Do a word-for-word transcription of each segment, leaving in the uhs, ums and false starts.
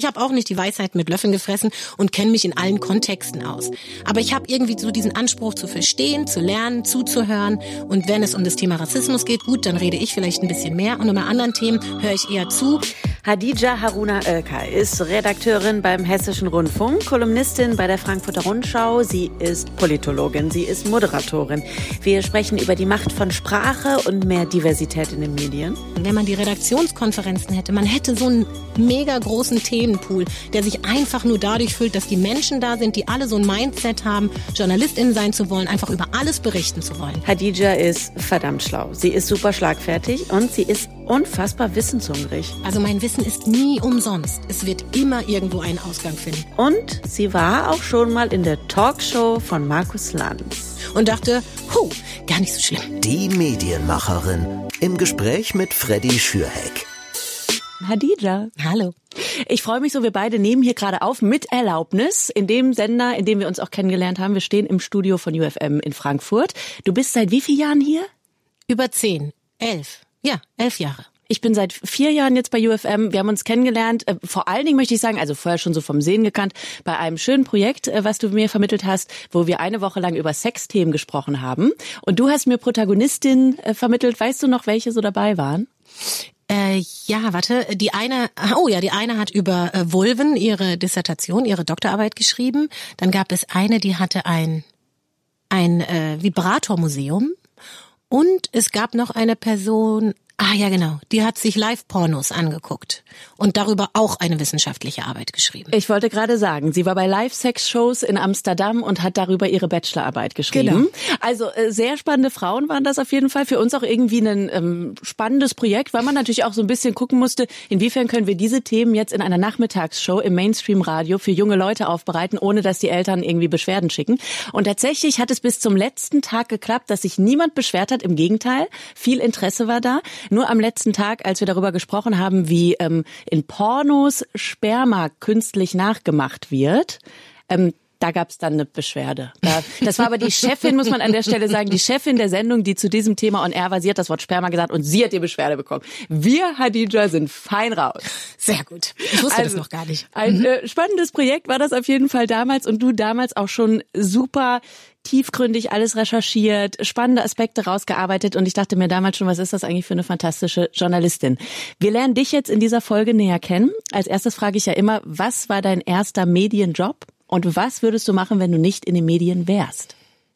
habe auch nicht die Weisheit mit Löffeln gefressen und kenne mich in allen Kontexten aus. Aber ich habe irgendwie so diesen Anspruch zu verstehen, zu lernen, zuzuhören. Und wenn es um das Thema Rassismus geht, gut, dann rede ich vielleicht ein bisschen mehr. Und bei anderen Themen höre ich eher zu. Hadija Haruna Ölkay ist Redakteurin beim Hessischen Rundfunk, Kolumnistin bei der Frankfurter Rundschau. Sie ist Politologin, sie ist Moderatorin. Wir sprechen über die Macht von Sprache und mehr Diversität in den Medien. Wenn man die Redaktionskonferenzen hätte, man hätte so einen mega großen Themenpool, der sich einfach nur dadurch füllt, dass die Menschen da sind, die alle so ein Mindset haben, JournalistInnen sein zu wollen, einfach über alles berichten zu wollen. Hadija ist verdammt schlau. Sie ist super schlagfertig und sie ist unfassbar wissenshungrig. Also mein Wissen ist nie umsonst. Es wird immer irgendwo einen Ausgang finden. Und sie war auch schon mal in der Talkshow von Markus Lanz. Und dachte, huh, gar nicht so schlimm. Die Medienmacherin im Gespräch mit Freddy Schürheck. Hadija. Hallo. Ich freue mich so, wir beide nehmen hier gerade auf mit Erlaubnis in dem Sender, in dem wir uns auch kennengelernt haben. Wir stehen im Studio von U F M in Frankfurt. Du bist seit wie vielen Jahren hier? Über zehn, elf. Ja, elf Jahre. Ich bin seit vier Jahren jetzt bei U F M. Wir haben uns kennengelernt, äh, vor allen Dingen möchte ich sagen, also vorher schon so vom Sehen gekannt, bei einem schönen Projekt, äh, was du mir vermittelt hast, wo wir eine Woche lang über Sexthemen gesprochen haben. Und du hast mir Protagonistinnen äh, vermittelt. Weißt du noch, welche so dabei waren? Äh, ja, warte, die eine, oh ja, die eine hat über äh, Vulven ihre Dissertation, ihre Doktorarbeit geschrieben. Dann gab es eine, die hatte ein, ein äh, Vibratormuseum. Und es gab noch eine Person, ah ja genau, die hat sich Live-Pornos angeguckt und darüber auch eine wissenschaftliche Arbeit geschrieben. Ich wollte gerade sagen, sie war bei Live-Sex-Shows in Amsterdam und hat darüber ihre Bachelorarbeit geschrieben. Genau. Also äh, sehr spannende Frauen waren das auf jeden Fall. Für uns auch irgendwie ein ähm, spannendes Projekt, weil man natürlich auch so ein bisschen gucken musste, inwiefern können wir diese Themen jetzt in einer Nachmittagsshow im Mainstream-Radio für junge Leute aufbereiten, ohne dass die Eltern irgendwie Beschwerden schicken. Und tatsächlich hat es bis zum letzten Tag geklappt, dass sich niemand beschwert hat. Im Gegenteil, viel Interesse war da. Nur am letzten Tag, als wir darüber gesprochen haben, wie ähm, in Pornos Sperma künstlich nachgemacht wird, ähm, da gab es dann eine Beschwerde. Da, das war aber die Chefin, muss man an der Stelle sagen, die Chefin der Sendung, die zu diesem Thema on air war. Sie hat das Wort Sperma gesagt und sie hat die Beschwerde bekommen. Wir, Hadija, sind fein raus. Sehr gut. Ich wusste also, das noch gar nicht. Ein äh, spannendes Projekt war das auf jeden Fall damals und du damals auch schon super tiefgründig alles recherchiert, spannende Aspekte rausgearbeitet und ich dachte mir damals schon, was ist das eigentlich für eine fantastische Journalistin? Wir lernen dich jetzt in dieser Folge näher kennen. Als erstes frage ich ja immer, was war dein erster Medienjob und was würdest du machen, wenn du nicht in den Medien wärst?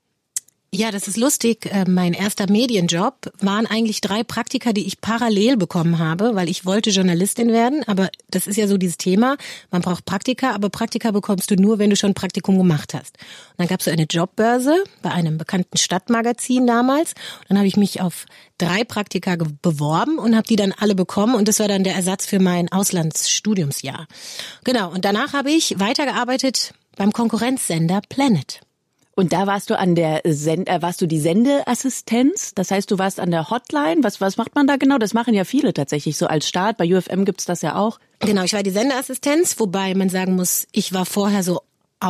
Ja, das ist lustig. Mein erster Medienjob waren eigentlich drei Praktika, die ich parallel bekommen habe, weil ich wollte Journalistin werden. Aber das ist ja so dieses Thema, man braucht Praktika, aber Praktika bekommst du nur, wenn du schon ein Praktikum gemacht hast. Und dann gab es so eine Jobbörse bei einem bekannten Stadtmagazin damals. Und dann habe ich mich auf drei Praktika beworben und habe die dann alle bekommen. Und das war dann der Ersatz für mein Auslandsstudiumsjahr. Genau, und danach habe ich weitergearbeitet beim Konkurrenzsender Planet. Und da warst du an der Send äh, warst du die Sendeassistenz? Das heißt, du warst an der Hotline. Was was macht man da genau? Das machen ja viele tatsächlich so als Start. Bei U F M gibt's das ja auch. Genau, ich war die Sendeassistenz, wobei man sagen muss, ich war vorher so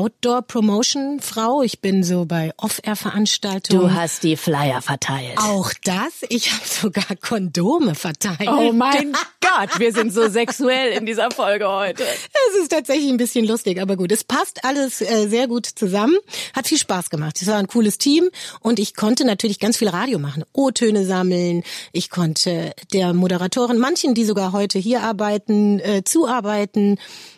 Outdoor-Promotion-Frau. Ich bin so bei Off-Air-Veranstaltungen. Du hast die Flyer verteilt. Auch das? Ich habe sogar Kondome verteilt. Oh mein Gott, wir sind so sexuell in dieser Folge heute. Es ist tatsächlich ein bisschen lustig, aber gut. Es passt alles äh, sehr gut zusammen. Hat viel Spaß gemacht. Es war ein cooles Team und ich konnte natürlich ganz viel Radio machen. O-Töne sammeln. Ich konnte der Moderatorin, manchen, die sogar heute hier arbeiten, äh, zuarbeiten.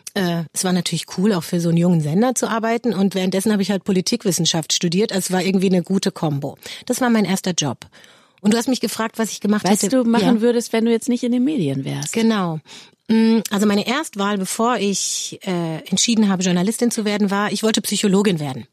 Es war natürlich cool, auch für so einen jungen Sender zu arbeiten und währenddessen habe ich halt Politikwissenschaft studiert. Es war irgendwie eine gute Kombo. Das war mein erster Job. Und du hast mich gefragt, was ich gemacht hätte. Was hätte. du machen ja. würdest, wenn du jetzt nicht in den Medien wärst. Genau. Also meine Erstwahl, bevor ich äh, entschieden habe, Journalistin zu werden, war, ich wollte Psychologin werden.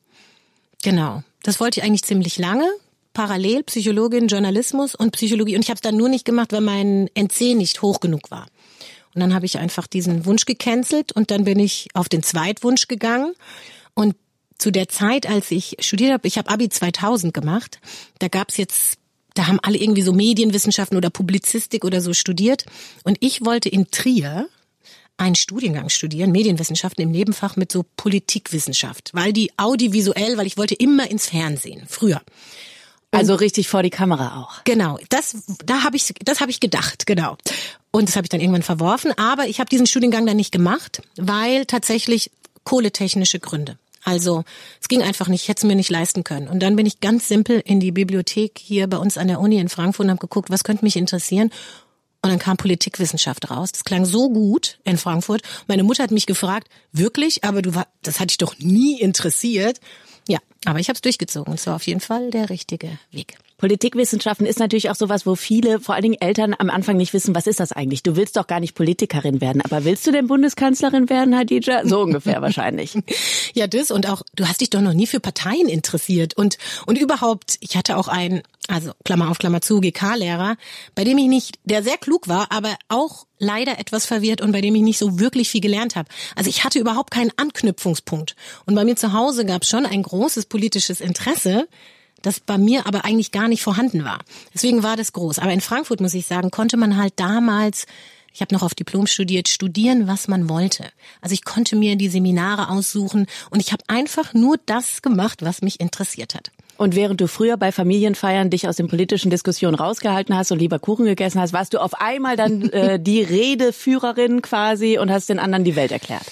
Genau. Das wollte ich eigentlich ziemlich lange. Parallel Psychologin, Journalismus und Psychologie. Und ich habe es dann nur nicht gemacht, weil mein N C nicht hoch genug war. Und dann habe ich einfach diesen Wunsch gecancelt und dann bin ich auf den Zweitwunsch gegangen. Und zu der Zeit, als ich studiert habe, ich habe Abi zweitausend gemacht, da gab's jetzt, da haben alle irgendwie so Medienwissenschaften oder Publizistik oder so studiert. Und ich wollte in Trier einen Studiengang studieren, Medienwissenschaften im Nebenfach mit so Politikwissenschaft, weil die audiovisuell, weil ich wollte immer ins Fernsehen, früher. Also richtig vor die Kamera auch. Genau, das da habe ich das habe ich gedacht, genau. Und das habe ich dann irgendwann verworfen. Aber ich habe diesen Studiengang dann nicht gemacht, weil tatsächlich kohletechnische Gründe. Also es ging einfach nicht, ich hätte es mir nicht leisten können. Und dann bin ich ganz simpel in die Bibliothek hier bei uns an der Uni in Frankfurt und habe geguckt, was könnte mich interessieren. Und dann kam Politikwissenschaft raus. Das klang so gut in Frankfurt. Meine Mutter hat mich gefragt, wirklich? Aber du war, das hat dich doch nie interessiert. Ja, aber ich habe es durchgezogen. Es war auf jeden Fall der richtige Weg. Politikwissenschaften ist natürlich auch sowas, wo viele, vor allen Dingen Eltern, am Anfang nicht wissen, was ist das eigentlich? Du willst doch gar nicht Politikerin werden, aber willst du denn Bundeskanzlerin werden, Hadija? So ungefähr wahrscheinlich. Ja, das und auch, du hast dich doch noch nie für Parteien interessiert und und überhaupt, ich hatte auch einen, also Klammer auf Klammer zu, G K-Lehrer, bei dem ich nicht, der sehr klug war, aber auch leider etwas verwirrt und bei dem ich nicht so wirklich viel gelernt habe. Also ich hatte überhaupt keinen Anknüpfungspunkt. Und bei mir zu Hause gab es schon ein großes politisches Interesse, das bei mir aber eigentlich gar nicht vorhanden war. Deswegen war das groß. Aber in Frankfurt, muss ich sagen, konnte man halt damals, ich habe noch auf Diplom studiert, studieren, was man wollte. Also ich konnte mir die Seminare aussuchen und ich habe einfach nur das gemacht, was mich interessiert hat. Und während du früher bei Familienfeiern dich aus den politischen Diskussionen rausgehalten hast und lieber Kuchen gegessen hast, warst du auf einmal dann äh, die Redeführerin quasi und hast den anderen die Welt erklärt.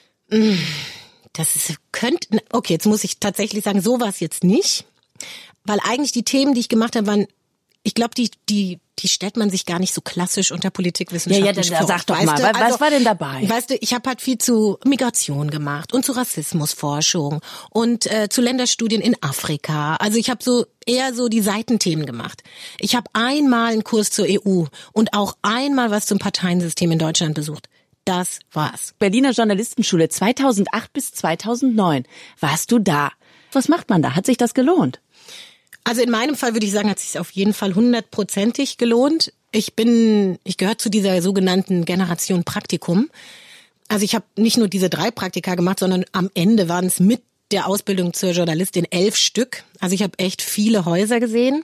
Das ist, könnte, okay, jetzt muss ich tatsächlich sagen, so war es jetzt nicht. Weil eigentlich die Themen, die ich gemacht habe, waren, ich glaube, die die die stellt man sich gar nicht so klassisch unter Politikwissenschaften vor. Ja, ja, dann sag doch mal, was also, war denn dabei? Weißt du, ich habe halt viel zu Migration gemacht und zu Rassismusforschung und äh, zu Länderstudien in Afrika. Also ich habe so eher so die Seitenthemen gemacht. Ich habe einmal einen Kurs zur E U und auch einmal was zum Parteiensystem in Deutschland besucht. Das war's. Berliner Journalistenschule zweitausendacht bis zweitausendneun. Warst du da? Was macht man da? Hat sich das gelohnt? Also in meinem Fall würde ich sagen, hat es sich auf jeden Fall hundertprozentig gelohnt. Ich bin, ich gehöre zu dieser sogenannten Generation Praktikum. Also ich habe nicht nur diese drei Praktika gemacht, sondern am Ende waren es mit der Ausbildung zur Journalistin elf Stück. Also ich habe echt viele Häuser gesehen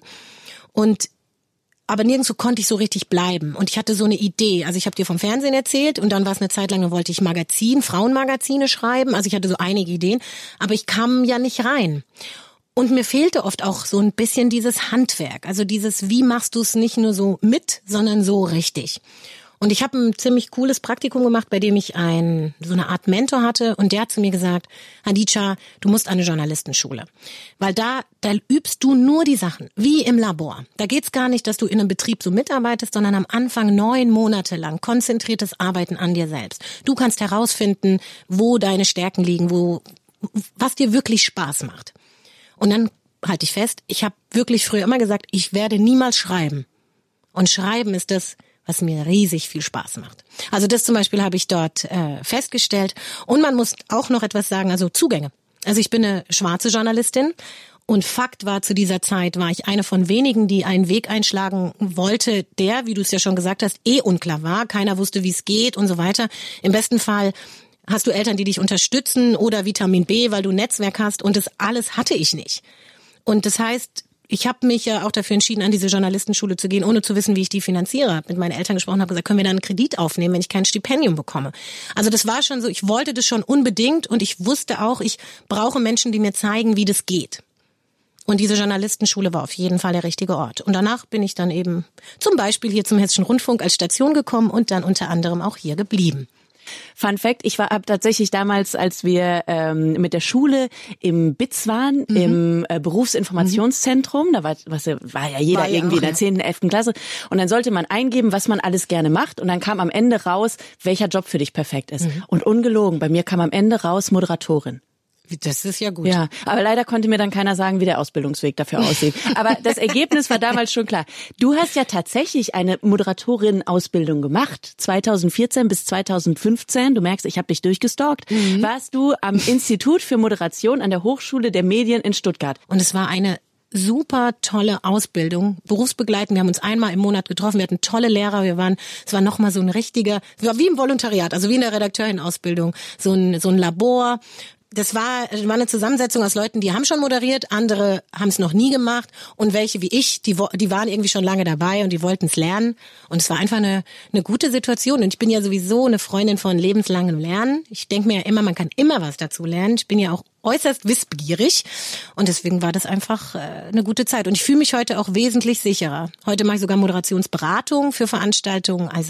und aber nirgendwo konnte ich so richtig bleiben. Und ich hatte so eine Idee. Also ich habe dir vom Fernsehen erzählt und dann war es eine Zeit lang, da wollte ich Magazin, Frauenmagazine schreiben. Also ich hatte so einige Ideen, aber ich kam ja nicht rein. Und mir fehlte oft auch so ein bisschen dieses Handwerk. Also dieses, wie machst du es nicht nur so mit, sondern so richtig. Und ich habe ein ziemlich cooles Praktikum gemacht, bei dem ich ein, so eine Art Mentor hatte. Und der hat zu mir gesagt, Hadija, du musst an eine Journalistenschule. Weil da, da übst du nur die Sachen, wie im Labor. Da geht's gar nicht, dass du in einem Betrieb so mitarbeitest, sondern am Anfang neun Monate lang konzentriertes Arbeiten an dir selbst. Du kannst herausfinden, wo deine Stärken liegen, wo, was dir wirklich Spaß macht. Und dann halte ich fest, ich habe wirklich früher immer gesagt, ich werde niemals schreiben. Und Schreiben ist das, was mir riesig viel Spaß macht. Also das zum Beispiel habe ich dort äh, festgestellt. Und man muss auch noch etwas sagen, also Zugänge. Also ich bin eine schwarze Journalistin und Fakt war, zu dieser Zeit war ich eine von wenigen, die einen Weg einschlagen wollte, der, wie du es ja schon gesagt hast, eh unklar war. Keiner wusste, wie es geht und so weiter. Im besten Fall hast du Eltern, die dich unterstützen oder Vitamin B, weil du ein Netzwerk hast und das alles hatte ich nicht. Und das heißt, ich habe mich ja auch dafür entschieden, an diese Journalistenschule zu gehen, ohne zu wissen, wie ich die finanziere. Hab mit meinen Eltern gesprochen, habe gesagt, können wir da einen Kredit aufnehmen, wenn ich kein Stipendium bekomme. Also das war schon so, ich wollte das schon unbedingt und ich wusste auch, ich brauche Menschen, die mir zeigen, wie das geht. Und diese Journalistenschule war auf jeden Fall der richtige Ort. Und danach bin ich dann eben zum Beispiel hier zum Hessischen Rundfunk als Station gekommen und dann unter anderem auch hier geblieben. Fun Fact, ich war hab tatsächlich damals, als wir ähm, mit der Schule im B I Z waren, mhm. im äh, Berufsinformationszentrum, mhm. da war, was, war ja jeder war ja irgendwie auch, in der zehnten, elften Klasse und dann sollte man eingeben, was man alles gerne macht und dann kam am Ende raus, welcher Job für dich perfekt ist. Mhm. Und ungelogen, bei mir kam am Ende raus Moderatorin. Das ist ja gut. Ja, aber leider konnte mir dann keiner sagen, wie der Ausbildungsweg dafür aussieht. Aber das Ergebnis war damals schon klar. Du hast ja tatsächlich eine Moderatorin-Ausbildung gemacht, zweitausendvierzehn bis zweitausendfünfzehn. Du merkst, ich habe dich durchgestalkt. Mhm. Warst du am Institut für Moderation an der Hochschule der Medien in Stuttgart. Und es war eine super tolle Ausbildung, berufsbegleitend. Wir haben uns einmal im Monat getroffen, wir hatten tolle Lehrer, wir waren, es war nochmal so ein richtiger, war wie im Volontariat, also wie in der Redakteurin-Ausbildung, so ein, so ein Labor. Das war, war eine Zusammensetzung aus Leuten, die haben schon moderiert, andere haben es noch nie gemacht und welche wie ich, die, die waren irgendwie schon lange dabei und die wollten es lernen und es war einfach eine, eine gute Situation und ich bin ja sowieso eine Freundin von lebenslangem Lernen. Ich denke mir ja immer, man kann immer was dazu lernen. Ich bin ja auch äußerst wissbegierig und deswegen war das einfach äh, eine gute Zeit und ich fühle mich heute auch wesentlich sicherer. Heute mache ich sogar Moderationsberatung für Veranstaltungen, also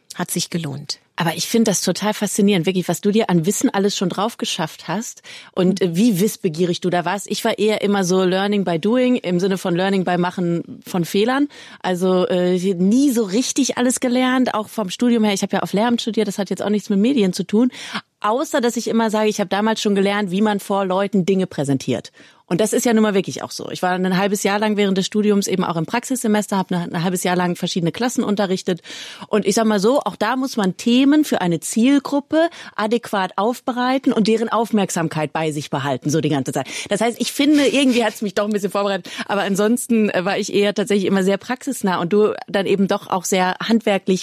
hat sich gelohnt. Aber ich finde das total faszinierend, wirklich, was du dir an Wissen alles schon drauf geschafft hast und äh, wie wissbegierig du da warst. Ich war eher immer so Learning by Doing, im Sinne von Learning by Machen von Fehlern. Also äh, nie so richtig alles gelernt, auch vom Studium her. Ich habe ja auf Lehramt studiert, das hat jetzt auch nichts mit Medien zu tun. Außer, dass ich immer sage, ich habe damals schon gelernt, wie man vor Leuten Dinge präsentiert. Und das ist ja nun mal wirklich auch so. Ich war ein halbes Jahr lang während des Studiums eben auch im Praxissemester, habe ein, ein halbes Jahr lang verschiedene Klassen unterrichtet. Und ich sag mal so, auch da muss man Themen für eine Zielgruppe adäquat aufbereiten und deren Aufmerksamkeit bei sich behalten, so die ganze Zeit. Das heißt, ich finde, irgendwie hat es mich doch ein bisschen vorbereitet. Aber ansonsten war ich eher tatsächlich immer sehr praxisnah und du dann eben doch auch sehr handwerklich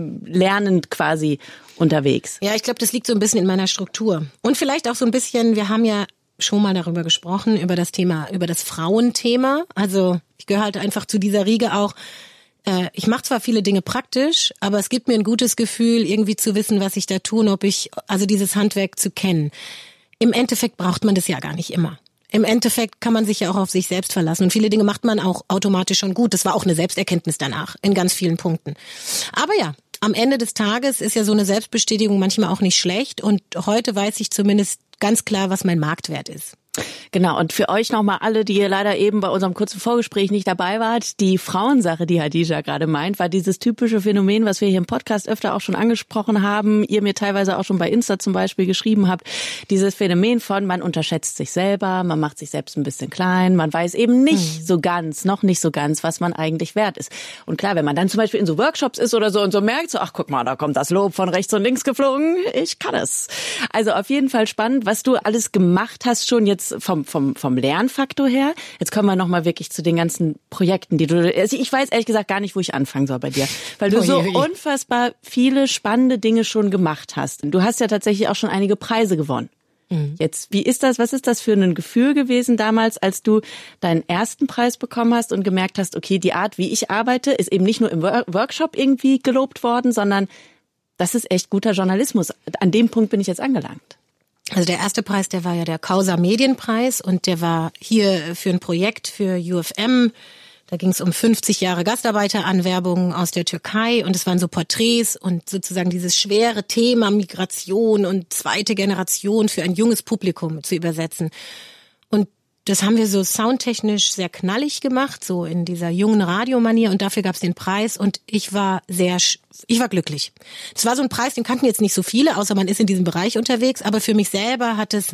lernend quasi unterwegs. Ja, ich glaube, das liegt so ein bisschen in meiner Struktur. Und vielleicht auch so ein bisschen, wir haben ja schon mal darüber gesprochen, über das Thema, über das Frauenthema. Also ich gehöre halt einfach zu dieser Riege auch. Äh, ich mache zwar viele Dinge praktisch, aber es gibt mir ein gutes Gefühl, irgendwie zu wissen, was ich da tue und ob ich, also dieses Handwerk zu kennen. Im Endeffekt braucht man das ja gar nicht immer. Im Endeffekt kann man sich ja auch auf sich selbst verlassen und viele Dinge macht man auch automatisch schon gut. Das war auch eine Selbsterkenntnis danach, in ganz vielen Punkten. Aber ja, am Ende des Tages ist ja so eine Selbstbestätigung manchmal auch nicht schlecht und heute weiß ich zumindest ganz klar, was mein Marktwert ist. Genau, und für euch nochmal alle, die ihr leider eben bei unserem kurzen Vorgespräch nicht dabei wart, die Frauensache, die Hadija gerade meint, war dieses typische Phänomen, was wir hier im Podcast öfter auch schon angesprochen haben, ihr mir teilweise auch schon bei Insta zum Beispiel geschrieben habt, dieses Phänomen von, man unterschätzt sich selber, man macht sich selbst ein bisschen klein, man weiß eben nicht mhm. so ganz, noch nicht so ganz, was man eigentlich wert ist. Und klar, wenn man dann zum Beispiel in so Workshops ist oder so und so merkt, so, ach guck mal, da kommt das Lob von rechts und links geflogen, ich kann es. Also auf jeden Fall spannend, was du alles gemacht hast schon jetzt vom vom vom Lernfaktor her. Jetzt kommen wir noch mal wirklich zu den ganzen Projekten, die du, also ich weiß ehrlich gesagt gar nicht, wo ich anfangen soll bei dir, weil du so unfassbar viele spannende Dinge schon gemacht hast. Du hast ja tatsächlich auch schon einige Preise gewonnen. Mhm. Jetzt, wie ist das, was ist das für ein Gefühl gewesen damals, als du deinen ersten Preis bekommen hast und gemerkt hast, okay, die Art, wie ich arbeite, ist eben nicht nur im Workshop irgendwie gelobt worden, sondern das ist echt guter Journalismus. An dem Punkt bin ich jetzt angelangt. Also der erste Preis, der war ja der Causa Medienpreis und der war hier für ein Projekt für U F M. Da ging es um fünfzig Jahre Gastarbeiteranwerbung aus der Türkei und es waren so Porträts und sozusagen dieses schwere Thema Migration und zweite Generation für ein junges Publikum zu übersetzen. Und das haben wir so soundtechnisch sehr knallig gemacht, so in dieser jungen Radiomanier und dafür gab es den Preis und ich war sehr, ich war glücklich. Es war so ein Preis, den kannten jetzt nicht so viele, außer man ist in diesem Bereich unterwegs, aber für mich selber hat es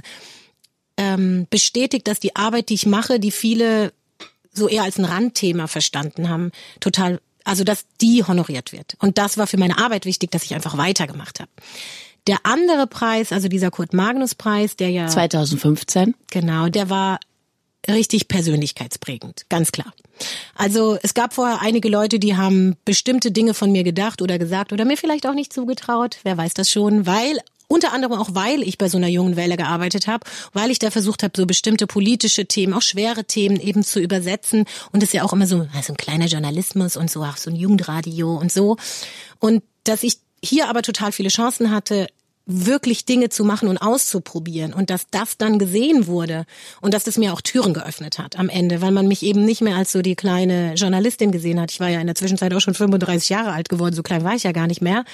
ähm, bestätigt, dass die Arbeit, die ich mache, die viele so eher als ein Randthema verstanden haben, total, also dass die honoriert wird. Und das war für meine Arbeit wichtig, dass ich einfach weitergemacht habe. Der andere Preis, also dieser Kurt-Magnus-Preis, der ja zwanzig fünfzehn, genau, der war richtig persönlichkeitsprägend, ganz klar. Also es gab vorher einige Leute, die haben bestimmte Dinge von mir gedacht oder gesagt oder mir vielleicht auch nicht zugetraut, wer weiß das schon, weil unter anderem auch, weil ich bei so einer jungen Welle gearbeitet habe, weil ich da versucht habe, so bestimmte politische Themen, auch schwere Themen eben zu übersetzen. Und das ist ja auch immer so, so ein kleiner Journalismus und so, auch so ein Jugendradio und so. Und dass ich hier aber total viele Chancen hatte, wirklich Dinge zu machen und auszuprobieren und dass das dann gesehen wurde und dass das mir auch Türen geöffnet hat am Ende, weil man mich eben nicht mehr als so die kleine Journalistin gesehen hat. Ich war ja in der Zwischenzeit auch schon fünfunddreißig Jahre alt geworden, so klein war ich ja gar nicht mehr.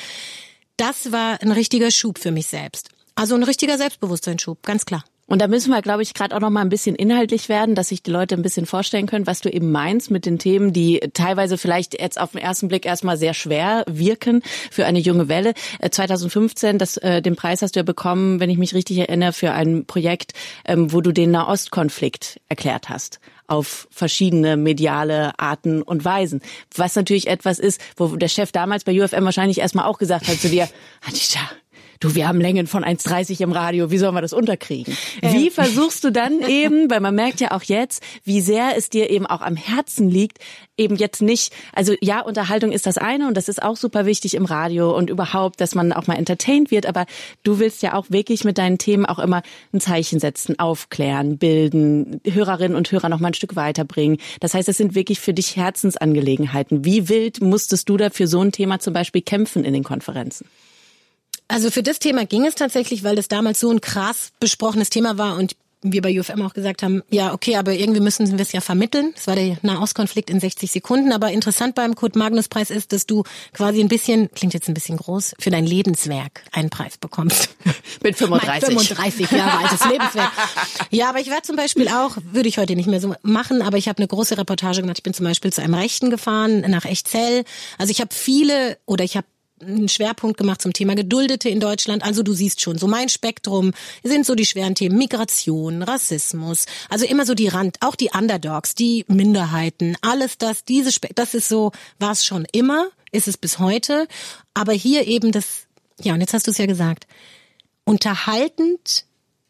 Das war ein richtiger Schub für mich selbst. Also ein richtiger Selbstbewusstseinsschub, ganz klar. Und da müssen wir, glaube ich, gerade auch noch mal ein bisschen inhaltlich werden, dass sich die Leute ein bisschen vorstellen können, was du eben meinst mit den Themen, die teilweise vielleicht jetzt auf den ersten Blick erstmal sehr schwer wirken für eine junge Welle. zwanzig fünfzehn, das, äh, den Preis hast du ja bekommen, wenn ich mich richtig erinnere, für ein Projekt, ähm, wo du den Nahostkonflikt erklärt hast. Auf verschiedene mediale Arten und Weisen. Was natürlich etwas ist, wo der Chef damals bei U F M wahrscheinlich erstmal auch gesagt hat zu dir, Hadija, du, wir haben Längen von eins dreißig im Radio, wie sollen wir das unterkriegen? Wie versuchst du dann eben, weil man merkt ja auch jetzt, wie sehr es dir eben auch am Herzen liegt, eben jetzt nicht, also ja, Unterhaltung ist das eine und das ist auch super wichtig im Radio und überhaupt, dass man auch mal entertained wird, aber du willst ja auch wirklich mit deinen Themen auch immer ein Zeichen setzen, aufklären, bilden, Hörerinnen und Hörer noch mal ein Stück weiterbringen. Das heißt, es sind wirklich für dich Herzensangelegenheiten. Wie wild musstest du da für so ein Thema zum Beispiel kämpfen in den Konferenzen? Also für das Thema ging es tatsächlich, weil das damals so ein krass besprochenes Thema war und wir bei U F M auch gesagt haben, ja, okay, aber irgendwie müssen wir es ja vermitteln. Das war der Nahostkonflikt in sechzig Sekunden. Aber interessant beim Kurt-Magnus-Preis ist, dass du quasi ein bisschen, klingt jetzt ein bisschen groß, für dein Lebenswerk einen Preis bekommst. Mit fünfunddreißig. Mein fünfunddreißig Jahre altes Lebenswerk. Ja, aber ich werde zum Beispiel auch, würde ich heute nicht mehr so machen, aber ich habe eine große Reportage gemacht. Ich bin zum Beispiel zu einem Rechten gefahren, nach Echzell. Also ich habe viele, oder ich habe einen Schwerpunkt gemacht zum Thema Geduldete in Deutschland. Also du siehst schon, so mein Spektrum sind so die schweren Themen Migration, Rassismus, also immer so die Rand, auch die Underdogs, die Minderheiten, alles das, diese Spe- das ist so, war es schon immer, ist es bis heute. Aber hier eben das, ja, und jetzt hast du es ja gesagt, unterhaltend,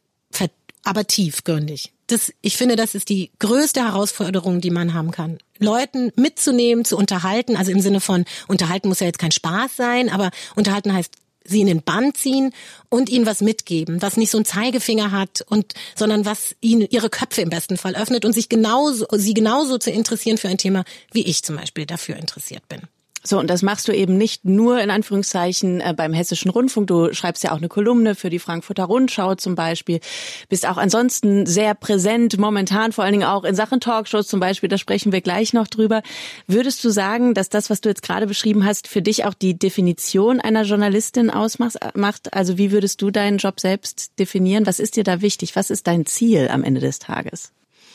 aber tiefgründig. Das, ich finde, das ist die größte Herausforderung, die man haben kann. Leuten mitzunehmen, zu unterhalten, also im Sinne von, unterhalten muss ja jetzt kein Spaß sein, aber unterhalten heißt, sie in den Bann ziehen und ihnen was mitgeben, was nicht so einen Zeigefinger hat, und sondern was ihnen ihre Köpfe im besten Fall öffnet und sich genauso, sie genauso zu interessieren für ein Thema, wie ich zum Beispiel dafür interessiert bin. So, und das machst du eben nicht nur in Anführungszeichen äh, beim Hessischen Rundfunk. Du schreibst ja auch eine Kolumne für die Frankfurter Rundschau zum Beispiel. Bist auch ansonsten sehr präsent, momentan vor allen Dingen auch in Sachen Talkshows zum Beispiel. Da sprechen wir gleich noch drüber. Würdest du sagen, dass das, was du jetzt gerade beschrieben hast, für dich auch die Definition einer Journalistin ausmacht? Also wie würdest du deinen Job selbst definieren? Was ist dir da wichtig? Was ist dein Ziel am Ende des Tages?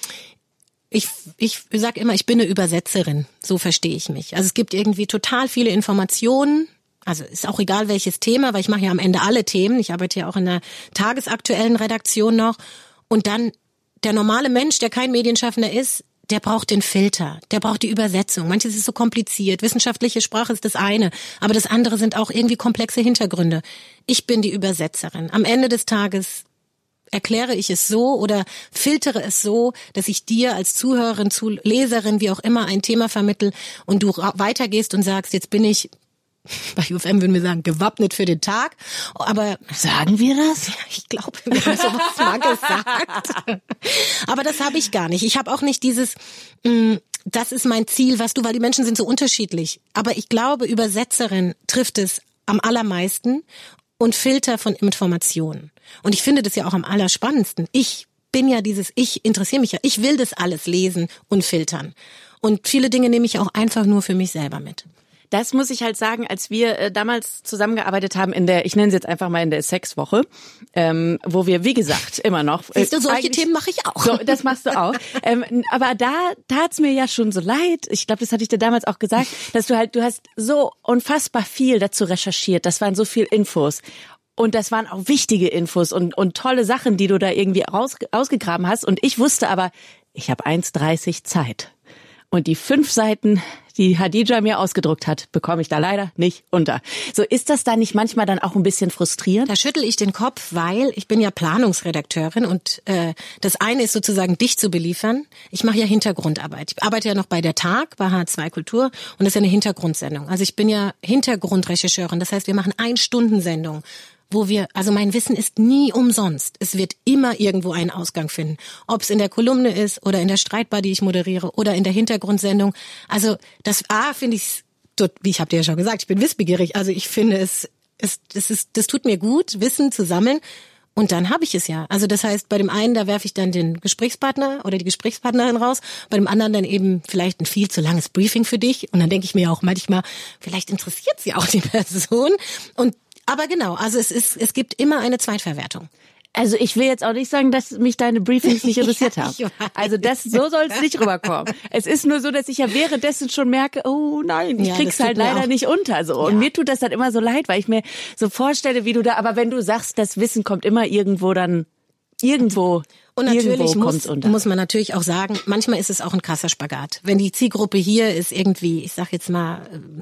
Ich, ich sag immer, ich bin eine Übersetzerin. So verstehe ich mich. Also es gibt irgendwie total viele Informationen. Also ist auch egal welches Thema, weil ich mache ja am Ende alle Themen. Ich arbeite ja auch in der tagesaktuellen Redaktion noch. Und dann der normale Mensch, der kein Medienschaffender ist, der braucht den Filter, der braucht die Übersetzung. Manches ist so kompliziert. Wissenschaftliche Sprache ist das eine, aber das andere sind auch irgendwie komplexe Hintergründe. Ich bin die Übersetzerin. Am Ende des Tages erkläre ich es so oder filtere es so, dass ich dir als Zuhörerin, zu Leserin, wie auch immer, ein Thema vermittel und du weitergehst und sagst, jetzt bin ich, bei U F M würden wir sagen, gewappnet für den Tag. Aber sagen wir das? Ich glaube, wir haben sowas mal gesagt. Aber das habe ich gar nicht. Ich habe auch nicht dieses, mh, das ist mein Ziel, was du, weil die Menschen sind so unterschiedlich. Aber ich glaube, Übersetzerin trifft es am allermeisten. Und Filter von Informationen. Und ich finde das ja auch am allerspannendsten. Ich bin ja dieses, ich interessiere mich ja, ich will das alles lesen und filtern. Und viele Dinge nehme ich auch einfach nur für mich selber mit. Das muss ich halt sagen, als wir äh, damals zusammengearbeitet haben in der, ich nenne sie jetzt einfach mal in der Sexwoche, ähm, wo wir, wie gesagt, immer noch... Äh, Siehst du, solche Themen mache ich auch. So, das machst du auch. ähm, aber da tat's mir ja schon so leid, ich glaube, das hatte ich dir damals auch gesagt, dass du halt, du hast so unfassbar viel dazu recherchiert, das waren so viel Infos. Und das waren auch wichtige Infos und, und tolle Sachen, die du da irgendwie raus, ausgegraben hast. Und ich wusste aber, ich habe eins dreißig Zeit. Und die fünf Seiten, die Hadija mir ausgedruckt hat, bekomme ich da leider nicht unter. So, ist das da nicht manchmal dann auch ein bisschen frustrierend? Da schüttel ich den Kopf, weil ich bin ja Planungsredakteurin und äh, das eine ist sozusagen, dich zu beliefern. Ich mache ja Hintergrundarbeit. Ich arbeite ja noch bei der Tag, bei H zwei Kultur, und das ist ja eine Hintergrundsendung. Also ich bin ja Hintergrundrechercheurin. Das heißt, wir machen Ein-Stunden-Sendung, wo wir, also mein Wissen ist nie umsonst. Es wird immer irgendwo einen Ausgang finden. Ob es in der Kolumne ist oder in der Streitbar, die ich moderiere, oder in der Hintergrundsendung. Also das A finde ich, wie ich habe dir ja schon gesagt, ich bin wissbegierig. Also ich finde es, es, es ist, das tut mir gut, Wissen zu sammeln. Und dann habe ich es ja. Also das heißt, bei dem einen, da werfe ich dann den Gesprächspartner oder die Gesprächspartnerin raus, bei dem anderen dann eben vielleicht ein viel zu langes Briefing für dich. Und dann denke ich mir auch manchmal, vielleicht interessiert sie auch die Person. Und aber genau, also es ist, es gibt immer eine Zweitverwertung. Also ich will jetzt auch nicht sagen, dass mich deine Briefings nicht interessiert haben. Ja, also das, so soll es nicht rüberkommen. Es ist nur so, dass ich ja währenddessen schon merke, oh nein, ich ja, krieg's halt leider auch nicht unter. So. Und ja. Mir tut das dann immer so leid, weil ich mir so vorstelle, wie du da, aber wenn du sagst, das Wissen kommt immer irgendwo dann, irgendwo... Und natürlich muss, muss man natürlich auch sagen, manchmal ist es auch ein krasser Spagat. Wenn die Zielgruppe hier ist irgendwie, ich sag jetzt mal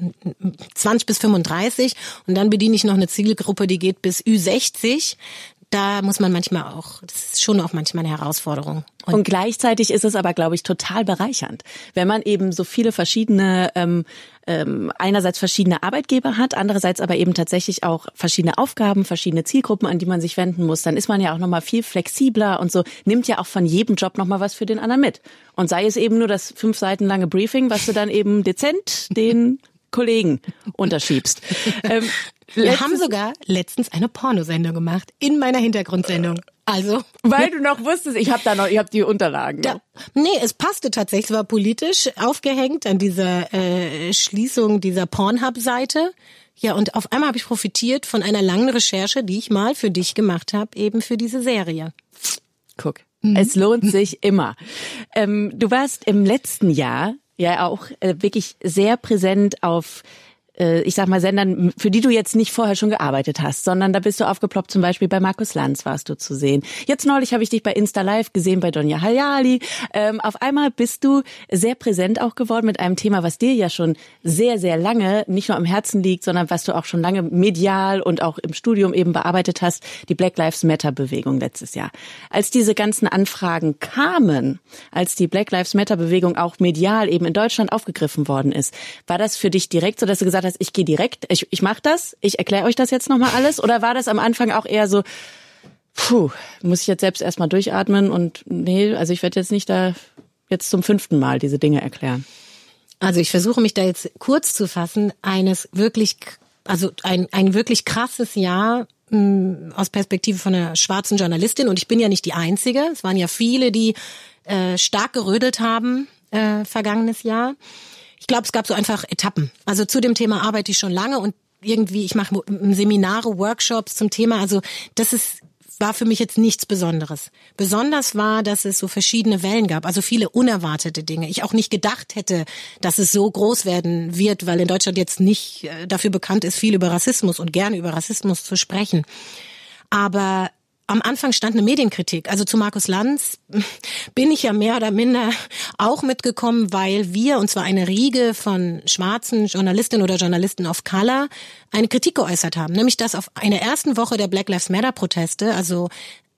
zwanzig bis fünfunddreißig und dann bediene ich noch eine Zielgruppe, die geht bis Ü sechzig, da muss man manchmal auch, das ist schon auch manchmal eine Herausforderung. Und, und gleichzeitig ist es aber, glaube ich, total bereichernd, wenn man eben so viele verschiedene, ähm, ähm, einerseits verschiedene Arbeitgeber hat, andererseits aber eben tatsächlich auch verschiedene Aufgaben, verschiedene Zielgruppen, an die man sich wenden muss. Dann ist man ja auch nochmal viel flexibler und so, nimmt ja auch von jedem Job nochmal was für den anderen mit. Und sei es eben nur das fünf Seiten lange Briefing, was du dann eben dezent den Kollegen unterschiebst. Ähm, Wir haben sogar letztens eine Pornosendung gemacht in meiner Hintergrundsendung. Also, weil du noch wusstest, ich habe da noch, ich habe die Unterlagen. Da, nee, es passte tatsächlich, es war politisch aufgehängt an dieser äh, Schließung dieser Pornhub-Seite. Ja, und auf einmal habe ich profitiert von einer langen Recherche, die ich mal für dich gemacht habe, eben für diese Serie. Guck, mhm. Es lohnt sich immer. Ähm, du warst im letzten Jahr ja auch äh, wirklich sehr präsent auf ich sag mal, Sendern, für die du jetzt nicht vorher schon gearbeitet hast, sondern da bist du aufgeploppt, zum Beispiel bei Markus Lanz warst du zu sehen. Jetzt neulich habe ich dich bei Insta Live gesehen, bei Donja Hayali. Ähm, auf einmal bist du sehr präsent auch geworden mit einem Thema, was dir ja schon sehr, sehr lange nicht nur am Herzen liegt, sondern was du auch schon lange medial und auch im Studium eben bearbeitet hast, die Black Lives Matter Bewegung letztes Jahr. Als diese ganzen Anfragen kamen, als die Black Lives Matter Bewegung auch medial eben in Deutschland aufgegriffen worden ist, war das für dich direkt so, dass du gesagt hast, ich gehe direkt, ich, ich mache das, ich erkläre euch das jetzt nochmal alles? Oder war das am Anfang auch eher so, puh, muss ich jetzt selbst erstmal durchatmen und nee, also ich werde jetzt nicht da jetzt zum fünften Mal diese Dinge erklären? Also ich versuche mich da jetzt kurz zu fassen, eines wirklich, also ein, ein wirklich krasses Jahr mh, aus Perspektive von einer schwarzen Journalistin, und ich bin ja nicht die Einzige, es waren ja viele, die äh, stark gerödelt haben äh, vergangenes Jahr. Ich glaube, es gab so einfach Etappen. Also zu dem Thema arbeite ich schon lange und irgendwie, ich mache Seminare, Workshops zum Thema. Also das ist, war für mich jetzt nichts Besonderes. Besonders war, dass es so verschiedene Wellen gab, also viele unerwartete Dinge. Ich auch nicht gedacht hätte, dass es so groß werden wird, weil in Deutschland jetzt nicht dafür bekannt ist, viel über Rassismus und gerne über Rassismus zu sprechen. Aber am Anfang stand eine Medienkritik. Also zu Markus Lanz bin ich ja mehr oder minder auch mitgekommen, weil wir, und zwar eine Riege von schwarzen Journalistinnen oder Journalisten of Color, eine Kritik geäußert haben. Nämlich, dass auf einer ersten Woche der Black Lives Matter Proteste, also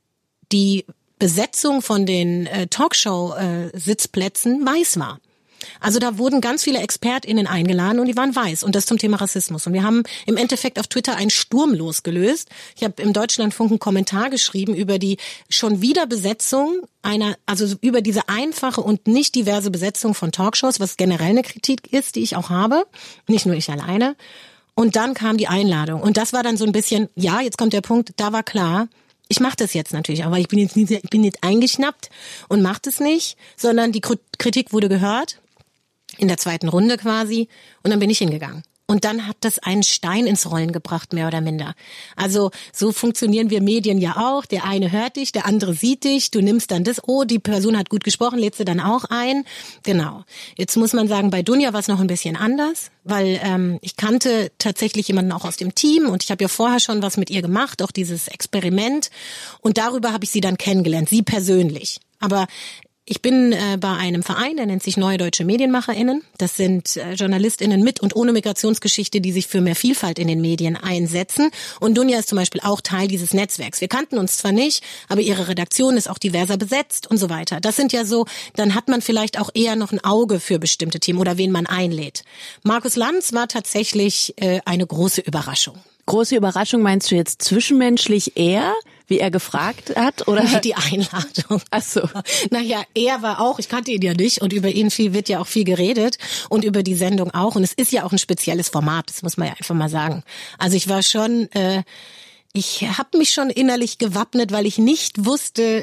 die Besetzung von den äh, Talkshow-Sitzplätzen äh, weiß war. Also da wurden ganz viele ExpertInnen eingeladen und die waren weiß, und das zum Thema Rassismus. Und wir haben im Endeffekt auf Twitter einen Sturm losgelöst. Ich habe im Deutschlandfunk einen Kommentar geschrieben über die schon wieder Besetzung einer, also über diese einfache und nicht diverse Besetzung von Talkshows, was generell eine Kritik ist, die ich auch habe, nicht nur ich alleine. Und dann kam die Einladung und das war dann so ein bisschen, ja, jetzt kommt der Punkt, da war klar, ich mache das jetzt natürlich, aber ich bin jetzt nicht, ich bin jetzt eingeschnappt und mache das nicht, sondern die Kritik wurde gehört. In der zweiten Runde quasi. Und dann bin ich hingegangen. Und dann hat das einen Stein ins Rollen gebracht, mehr oder minder. Also so funktionieren wir Medien ja auch. Der eine hört dich, der andere sieht dich. Du nimmst dann das, oh, die Person hat gut gesprochen, lädst du dann auch ein. Genau. Jetzt muss man sagen, bei Dunja war es noch ein bisschen anders, weil ähm, ich kannte tatsächlich jemanden auch aus dem Team und ich habe ja vorher schon was mit ihr gemacht, auch dieses Experiment. Und darüber habe ich sie dann kennengelernt, sie persönlich. Aber ich bin äh, bei einem Verein, der nennt sich Neue Deutsche MedienmacherInnen. Das sind äh, JournalistInnen mit und ohne Migrationsgeschichte, die sich für mehr Vielfalt in den Medien einsetzen. Und Dunja ist zum Beispiel auch Teil dieses Netzwerks. Wir kannten uns zwar nicht, aber ihre Redaktion ist auch diverser besetzt und so weiter. Das sind ja so, dann hat man vielleicht auch eher noch ein Auge für bestimmte Themen oder wen man einlädt. Markus Lanz war tatsächlich äh, eine große Überraschung. Große Überraschung meinst du jetzt zwischenmenschlich eher, wie er gefragt hat, oder? Die Einladung. Ach so. Naja, er war auch, ich kannte ihn ja nicht und über ihn viel wird ja auch viel geredet und über die Sendung auch. Und es ist ja auch ein spezielles Format, das muss man ja einfach mal sagen. Also ich war schon, äh, ich habe mich schon innerlich gewappnet, weil ich nicht wusste,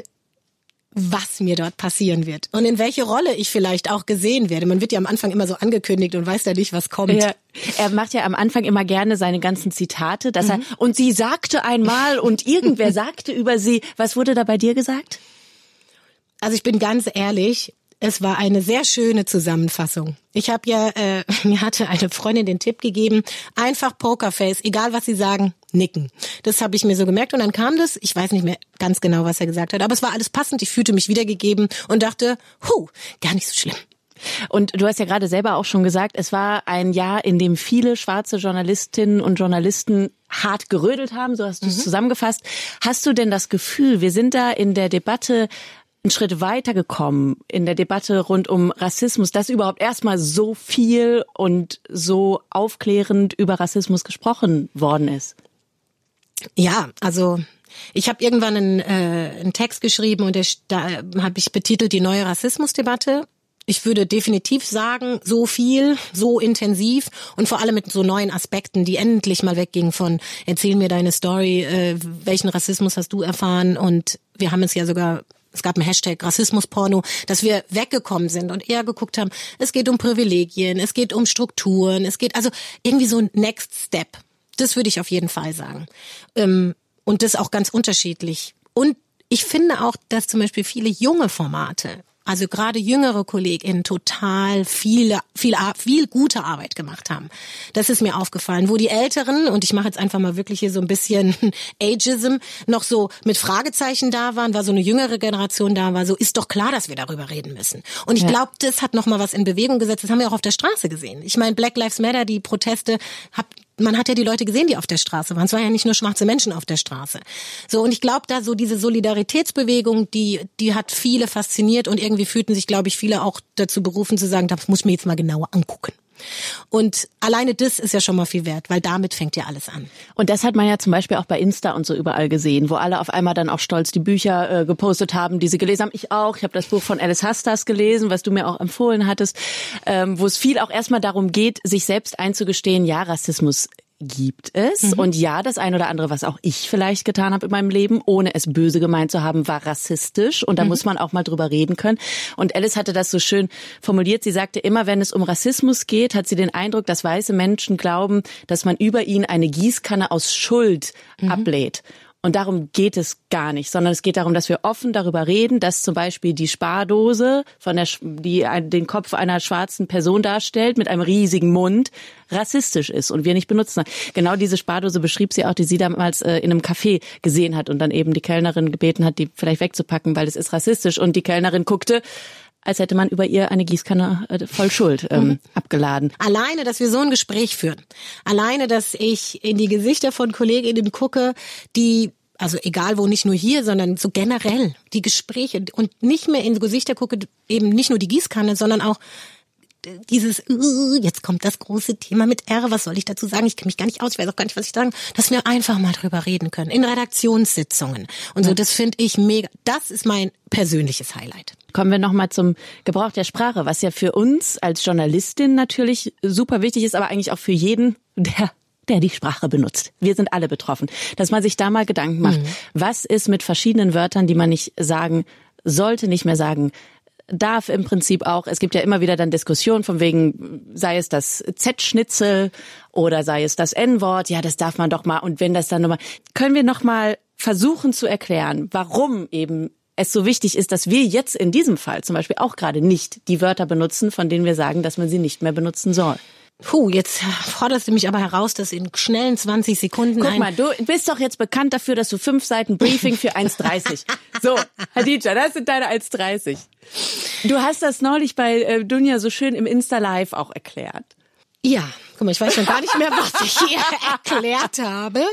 was mir dort passieren wird und in welche Rolle ich vielleicht auch gesehen werde. Man wird ja am Anfang immer so angekündigt und weiß ja nicht, was kommt. Ja, er macht ja am Anfang immer gerne seine ganzen Zitate, dass mhm. er, und sie sagte einmal und irgendwer sagte über sie. Was wurde da bei dir gesagt? Also ich bin ganz ehrlich, es war eine sehr schöne Zusammenfassung. Ich habe ja, äh, mir hatte eine Freundin den Tipp gegeben, einfach Pokerface, egal was sie sagen, nicken. Das habe ich mir so gemerkt und dann kam das, ich weiß nicht mehr ganz genau, was er gesagt hat, aber es war alles passend, ich fühlte mich wiedergegeben und dachte, hu, gar nicht so schlimm. Und du hast ja gerade selber auch schon gesagt, es war ein Jahr, in dem viele schwarze Journalistinnen und Journalisten hart gerödelt haben, so hast du es mhm. zusammengefasst. Hast du denn das Gefühl, wir sind da in der Debatte einen Schritt weitergekommen, in der Debatte rund um Rassismus, dass überhaupt erstmal so viel und so aufklärend über Rassismus gesprochen worden ist? Ja, also ich habe irgendwann einen, äh, einen Text geschrieben und der, da habe ich betitelt die neue Rassismusdebatte. Ich würde definitiv sagen, so viel, so intensiv und vor allem mit so neuen Aspekten, die endlich mal weggingen von erzähl mir deine Story, äh, welchen Rassismus hast du erfahren, und wir haben es ja sogar, es gab einen Hashtag Rassismusporno, dass wir weggekommen sind und eher geguckt haben, es geht um Privilegien, es geht um Strukturen, es geht also irgendwie so ein Next Step. Das würde ich auf jeden Fall sagen. Ähm, und das auch ganz unterschiedlich. Und ich finde auch, dass zum Beispiel viele junge Formate, also gerade jüngere KollegInnen, total viele, viel, viel gute Arbeit gemacht haben. Das ist mir aufgefallen. Wo die Älteren, und ich mache jetzt einfach mal wirklich hier so ein bisschen Ageism, noch so mit Fragezeichen da waren, war so eine jüngere Generation da war, so ist doch klar, dass wir darüber reden müssen. Und ich ja. glaube, das hat noch mal was in Bewegung gesetzt. Das haben wir auch auf der Straße gesehen. Ich meine, Black Lives Matter, die Proteste, hab man hat ja die Leute gesehen, die auf der Straße waren. Es waren ja nicht nur schwarze Menschen auf der Straße. So, und ich glaube, da so diese Solidaritätsbewegung, die die hat viele fasziniert, und irgendwie fühlten sich, glaube ich, viele auch dazu berufen zu sagen, das muss ich mir jetzt mal genauer angucken. Und alleine das ist ja schon mal viel wert, weil damit fängt ja alles an. Und das hat man ja zum Beispiel auch bei Insta und so überall gesehen, wo alle auf einmal dann auch stolz die Bücher äh, gepostet haben, die sie gelesen haben. Ich auch. Ich habe das Buch von Alice Hastas gelesen, was du mir auch empfohlen hattest, ähm, wo es viel auch erstmal darum geht, sich selbst einzugestehen, ja, Rassismus gibt es. Mhm. Und ja, das ein oder andere, was auch ich vielleicht getan habe in meinem Leben, ohne es böse gemeint zu haben, war rassistisch. Und da mhm. muss man auch mal drüber reden können. Und Alice hatte das so schön formuliert. Sie sagte, immer wenn es um Rassismus geht, hat sie den Eindruck, dass weiße Menschen glauben, dass man über ihnen eine Gießkanne aus Schuld mhm. ablädt. Und darum geht es gar nicht, sondern es geht darum, dass wir offen darüber reden, dass zum Beispiel die Spardose, von der, die den Kopf einer schwarzen Person darstellt, mit einem riesigen Mund, rassistisch ist und wir nicht benutzen. Genau diese Spardose beschrieb sie auch, die sie damals äh, in einem Café gesehen hat und dann eben die Kellnerin gebeten hat, die vielleicht wegzupacken, weil es ist rassistisch. Und die Kellnerin guckte, als hätte man über ihr eine Gießkanne äh, voll Schuld ähm, mhm. abgeladen. Alleine, dass wir so ein Gespräch führen. Alleine, dass ich in die Gesichter von KollegInnen gucke, die, also egal wo, nicht nur hier, sondern so generell die Gespräche, und nicht mehr in Gesichter gucke, eben nicht nur die Gießkanne, sondern auch dieses, uh, jetzt kommt das große Thema mit R, was soll ich dazu sagen? Ich kenne mich gar nicht aus, ich weiß auch gar nicht, was ich sagen, dass wir einfach mal drüber reden können, in Redaktionssitzungen und so, das finde ich mega, das ist mein persönliches Highlight. Kommen wir nochmal zum Gebrauch der Sprache, was ja für uns als Journalistin natürlich super wichtig ist, aber eigentlich auch für jeden, der der die Sprache benutzt. Wir sind alle betroffen. Dass man sich da mal Gedanken macht, mhm. was ist mit verschiedenen Wörtern, die man nicht sagen sollte, nicht mehr sagen darf im Prinzip auch. Es gibt ja immer wieder dann Diskussionen von wegen, sei es das Z-Schnitzel oder sei es das N-Wort, ja, das darf man doch mal. Und wenn das dann nochmal, können wir nochmal versuchen zu erklären, warum eben es so wichtig ist, dass wir jetzt in diesem Fall zum Beispiel auch gerade nicht die Wörter benutzen, von denen wir sagen, dass man sie nicht mehr benutzen soll. Puh, jetzt forderst du mich aber heraus, dass in schnellen zwanzig Sekunden... Guck mal, du bist doch jetzt bekannt dafür, dass du fünf Seiten Briefing für eins dreißig. So, Hadija, das sind deine eins dreißig. Du hast das neulich bei äh, Dunja so schön im Insta-Live auch erklärt. Ja, guck mal, ich weiß schon gar nicht mehr, was ich hier erklärt habe.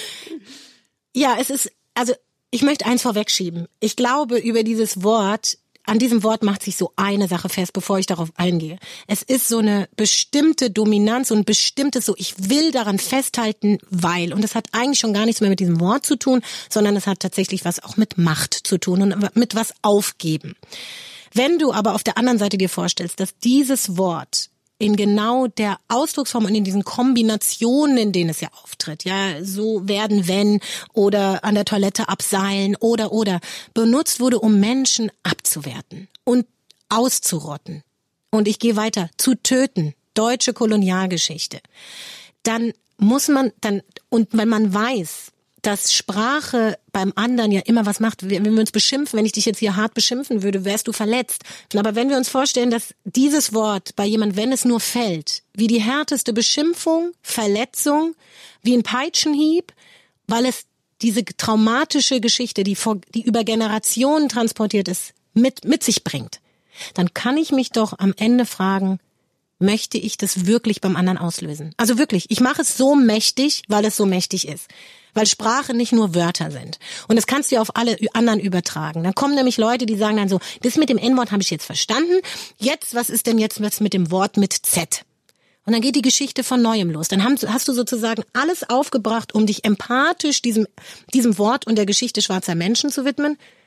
Ja, es ist, also ich möchte eins vorwegschieben. Ich glaube, über dieses Wort... An diesem Wort macht sich so eine Sache fest, bevor ich darauf eingehe. Es ist so eine bestimmte Dominanz, so ein bestimmtes, so ich will daran festhalten, weil. Und das hat eigentlich schon gar nichts mehr mit diesem Wort zu tun, sondern es hat tatsächlich was auch mit Macht zu tun und mit was aufgeben. Wenn du aber auf der anderen Seite dir vorstellst, dass dieses Wort in genau der Ausdrucksform und in diesen Kombinationen, in denen es ja auftritt, ja, so werden, wenn, oder an der Toilette abseilen, oder, oder, benutzt wurde, um Menschen abzuwerten und auszurotten. Und ich gehe weiter, zu töten, deutsche Kolonialgeschichte. Dann muss man, dann, und wenn man weiß, dass Sprache beim anderen ja immer was macht. Wenn wir uns beschimpfen, wenn ich dich jetzt hier hart beschimpfen würde, wärst du verletzt. Aber wenn wir uns vorstellen, dass dieses Wort bei jemand, wenn es nur fällt, wie die härteste Beschimpfung, Verletzung, wie ein Peitschenhieb, weil es diese traumatische Geschichte, die vor, die über Generationen transportiert ist, mit, mit sich bringt, dann kann ich mich doch am Ende fragen, möchte ich das wirklich beim anderen auslösen? Also wirklich, ich mache es so mächtig, weil es so mächtig ist. Weil Sprache nicht nur Wörter sind. Und das kannst du ja auf alle anderen übertragen. Dann kommen nämlich Leute, die sagen dann so, das mit dem N-Wort habe ich jetzt verstanden. Jetzt, was ist denn jetzt mit dem Wort mit Z? Und dann geht die Geschichte von Neuem los. Dann hast du sozusagen alles aufgebracht, um dich empathisch diesem, diesem Wort und der Geschichte schwarzer Menschen zu widmen.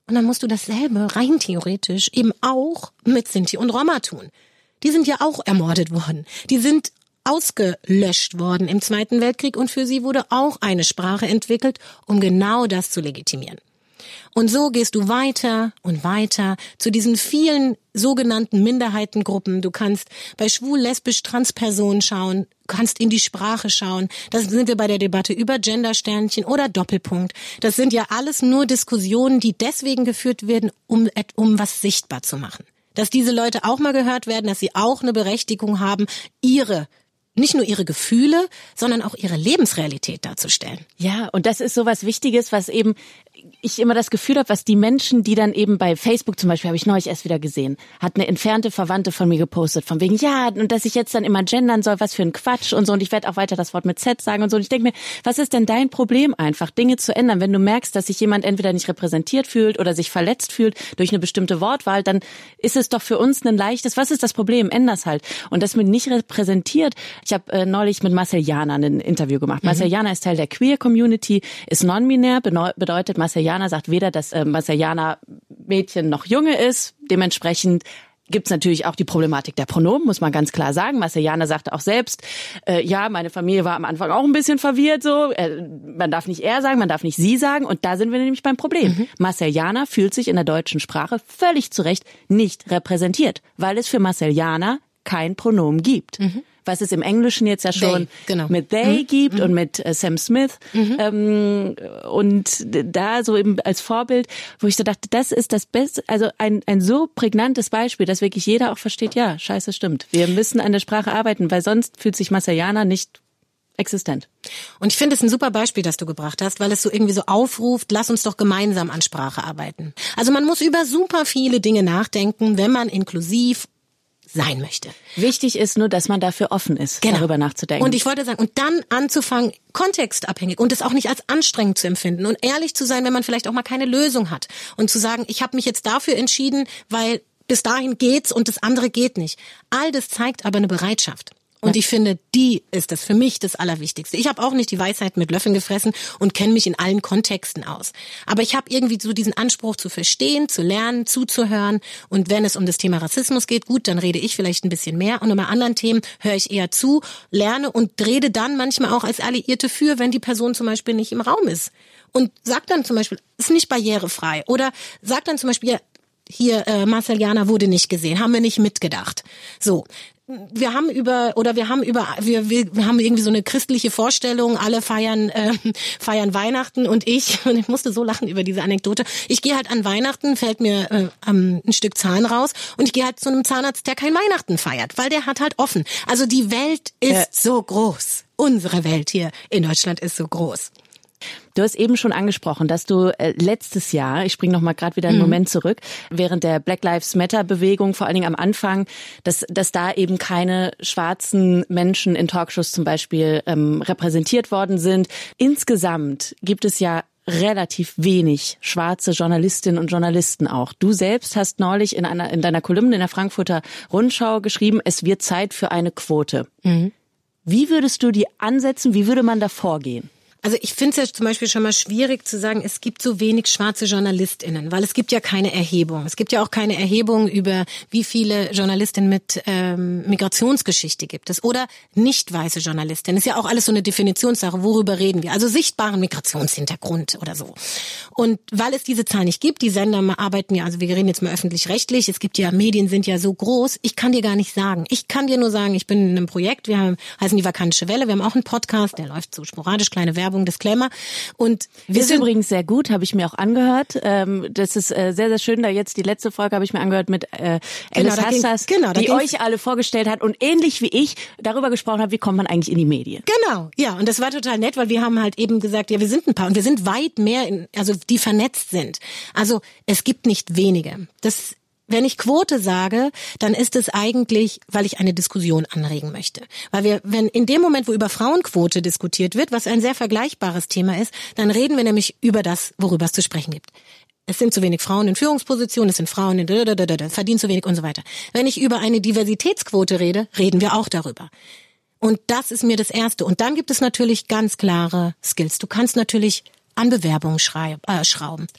Und dann musst du dasselbe rein theoretisch eben auch mit Sinti und Roma tun. Die sind ja auch ermordet worden. Die sind ausgelöscht worden im Zweiten Weltkrieg und für sie wurde auch eine Sprache entwickelt, um genau das zu legitimieren. Und so gehst du weiter und weiter zu diesen vielen sogenannten Minderheitengruppen. Du kannst bei schwul, lesbisch, Transpersonen schauen, kannst in die Sprache schauen. Da sind wir bei der Debatte über Gendersternchen oder Doppelpunkt. Das sind ja alles nur Diskussionen, die deswegen geführt werden, um, um was sichtbar zu machen. Dass diese Leute auch mal gehört werden, dass sie auch eine Berechtigung haben, ihre nicht nur ihre Gefühle, sondern auch ihre Lebensrealität darzustellen. Ja, und das ist sowas Wichtiges, was eben ich immer das Gefühl habe, was die Menschen, die dann eben bei Facebook zum Beispiel, habe ich neulich erst wieder gesehen, hat eine entfernte Verwandte von mir gepostet, von wegen, ja, und dass ich jetzt dann immer gendern soll, was für ein Quatsch und so, und ich werde auch weiter das Wort mit Z sagen und so. Und ich denke mir, was ist denn dein Problem einfach, Dinge zu ändern? Wenn du merkst, dass sich jemand entweder nicht repräsentiert fühlt oder sich verletzt fühlt durch eine bestimmte Wortwahl, dann ist es doch für uns ein leichtes, was ist das Problem? Änder's halt. Und das mit nicht repräsentiert, ich habe äh, neulich mit Marcel Jana ein Interview gemacht. Mhm. Marcel Jana ist Teil der Queer-Community, ist non-binär, bedeutet, Marcel Jana sagt weder, dass äh, Marcel Jana Mädchen noch Junge ist. Dementsprechend gibt's natürlich auch die Problematik der Pronomen, muss man ganz klar sagen. Marcel Jana sagte auch selbst, äh, ja, meine Familie war am Anfang auch ein bisschen verwirrt. So, äh, man darf nicht er sagen, man darf nicht sie sagen. Und da sind wir nämlich beim Problem. Mhm. Marcel Jana fühlt sich in der deutschen Sprache völlig zu Recht nicht repräsentiert, weil es für Marcel Jana kein Pronomen gibt. Mhm. Was es im Englischen jetzt ja schon they, genau. mit they mhm. gibt mhm. und mit äh, Sam Smith. Mhm. Ähm, und da so eben als Vorbild, wo ich so dachte, das ist das Beste, also ein ein so prägnantes Beispiel, dass wirklich jeder auch versteht, ja, scheiße, stimmt. Wir müssen an der Sprache arbeiten, weil sonst fühlt sich Marcel Jana nicht existent. Und ich finde es ein super Beispiel, das du gebracht hast, weil es so irgendwie so aufruft, lass uns doch gemeinsam an Sprache arbeiten. Also man muss über super viele Dinge nachdenken, wenn man inklusiv sein möchte. Wichtig ist nur, dass man dafür offen ist, genau. darüber nachzudenken. Und ich wollte sagen, und dann anzufangen, kontextabhängig und es auch nicht als anstrengend zu empfinden und ehrlich zu sein, wenn man vielleicht auch mal keine Lösung hat und zu sagen, ich habe mich jetzt dafür entschieden, weil bis dahin geht's und das andere geht nicht. All das zeigt aber eine Bereitschaft. Und ich finde, die ist das für mich das Allerwichtigste. Ich habe auch nicht die Weisheit mit Löffeln gefressen und kenne mich in allen Kontexten aus. Aber ich habe irgendwie so diesen Anspruch zu verstehen, zu lernen, zuzuhören. Und wenn es um das Thema Rassismus geht, gut, dann rede ich vielleicht ein bisschen mehr. Und bei anderen Themen höre ich eher zu, lerne und rede dann manchmal auch als Alliierte für, wenn die Person zum Beispiel nicht im Raum ist. Und sagt dann zum Beispiel, ist nicht barrierefrei. Oder sagt dann zum Beispiel, ja, hier, äh, Marcel Jana wurde nicht gesehen, haben wir nicht mitgedacht. So. Wir haben über oder wir haben über wir, wir wir haben irgendwie so eine christliche Vorstellung, alle feiern äh, feiern Weihnachten und ich und ich musste so lachen über diese Anekdote. Ich gehe halt an Weihnachten, fällt mir äh, ein Stück Zahn raus und ich gehe halt zu einem Zahnarzt, der kein Weihnachten feiert, weil der hat halt offen. Also die Welt ist ja. so groß. Unsere Welt hier in Deutschland ist so groß. Du hast eben schon angesprochen, dass du äh, letztes Jahr, ich springe noch mal gerade wieder einen mhm. Moment zurück, während der Black Lives Matter Bewegung, vor allen Dingen am Anfang, dass dass da eben keine schwarzen Menschen in Talkshows zum Beispiel ähm, repräsentiert worden sind. Insgesamt gibt es ja relativ wenig schwarze Journalistinnen und Journalisten auch. Du selbst hast neulich in einer in deiner Kolumne in der Frankfurter Rundschau geschrieben, es wird Zeit für eine Quote. Mhm. Wie würdest du die ansetzen? Wie würde man da vorgehen? Also ich finde es ja zum Beispiel schon mal schwierig zu sagen, es gibt so wenig schwarze JournalistInnen, weil es gibt ja keine Erhebung. Es gibt ja auch keine Erhebung über, wie viele Journalistinnen mit ähm, Migrationsgeschichte gibt es oder nicht weiße Journalistinnen. Ist ja auch alles so eine Definitionssache, worüber reden wir? Also sichtbaren Migrationshintergrund oder so. Und weil es diese Zahl nicht gibt, die Sender arbeiten ja, also wir reden jetzt mal öffentlich-rechtlich, es gibt ja, Medien sind ja so groß, ich kann dir gar nicht sagen. Ich kann dir nur sagen, ich bin in einem Projekt, wir haben, heißen die Vakantische Welle, wir haben auch einen Podcast, der läuft so sporadisch, kleine Werbung, Disclaimer. Und wir ist sind übrigens sehr gut, habe ich mir auch angehört. Ähm, das ist äh, sehr, sehr schön. Da jetzt die letzte Folge habe ich mir angehört mit äh, Alice genau, Hassas, genau, die euch alle vorgestellt hat und ähnlich wie ich darüber gesprochen hat, wie kommt man eigentlich in die Medien. Genau, ja. Und das war total nett, weil wir haben halt eben gesagt, ja, wir sind ein paar und wir sind weit mehr, in, also die vernetzt sind. Also es gibt nicht wenige. Das Wenn ich Quote sage, dann ist es eigentlich, weil ich eine Diskussion anregen möchte. Weil wir, wenn in dem Moment, wo über Frauenquote diskutiert wird, was ein sehr vergleichbares Thema ist, dann reden wir nämlich über das, worüber es zu sprechen gibt. Es sind zu wenig Frauen in Führungspositionen, es sind Frauen in verdienen zu wenig und so weiter. Wenn ich über eine Diversitätsquote rede, reden wir auch darüber. Und das ist mir das Erste. Und dann gibt es natürlich ganz klare Skills. Du kannst natürlich an Bewerbungen schrauben.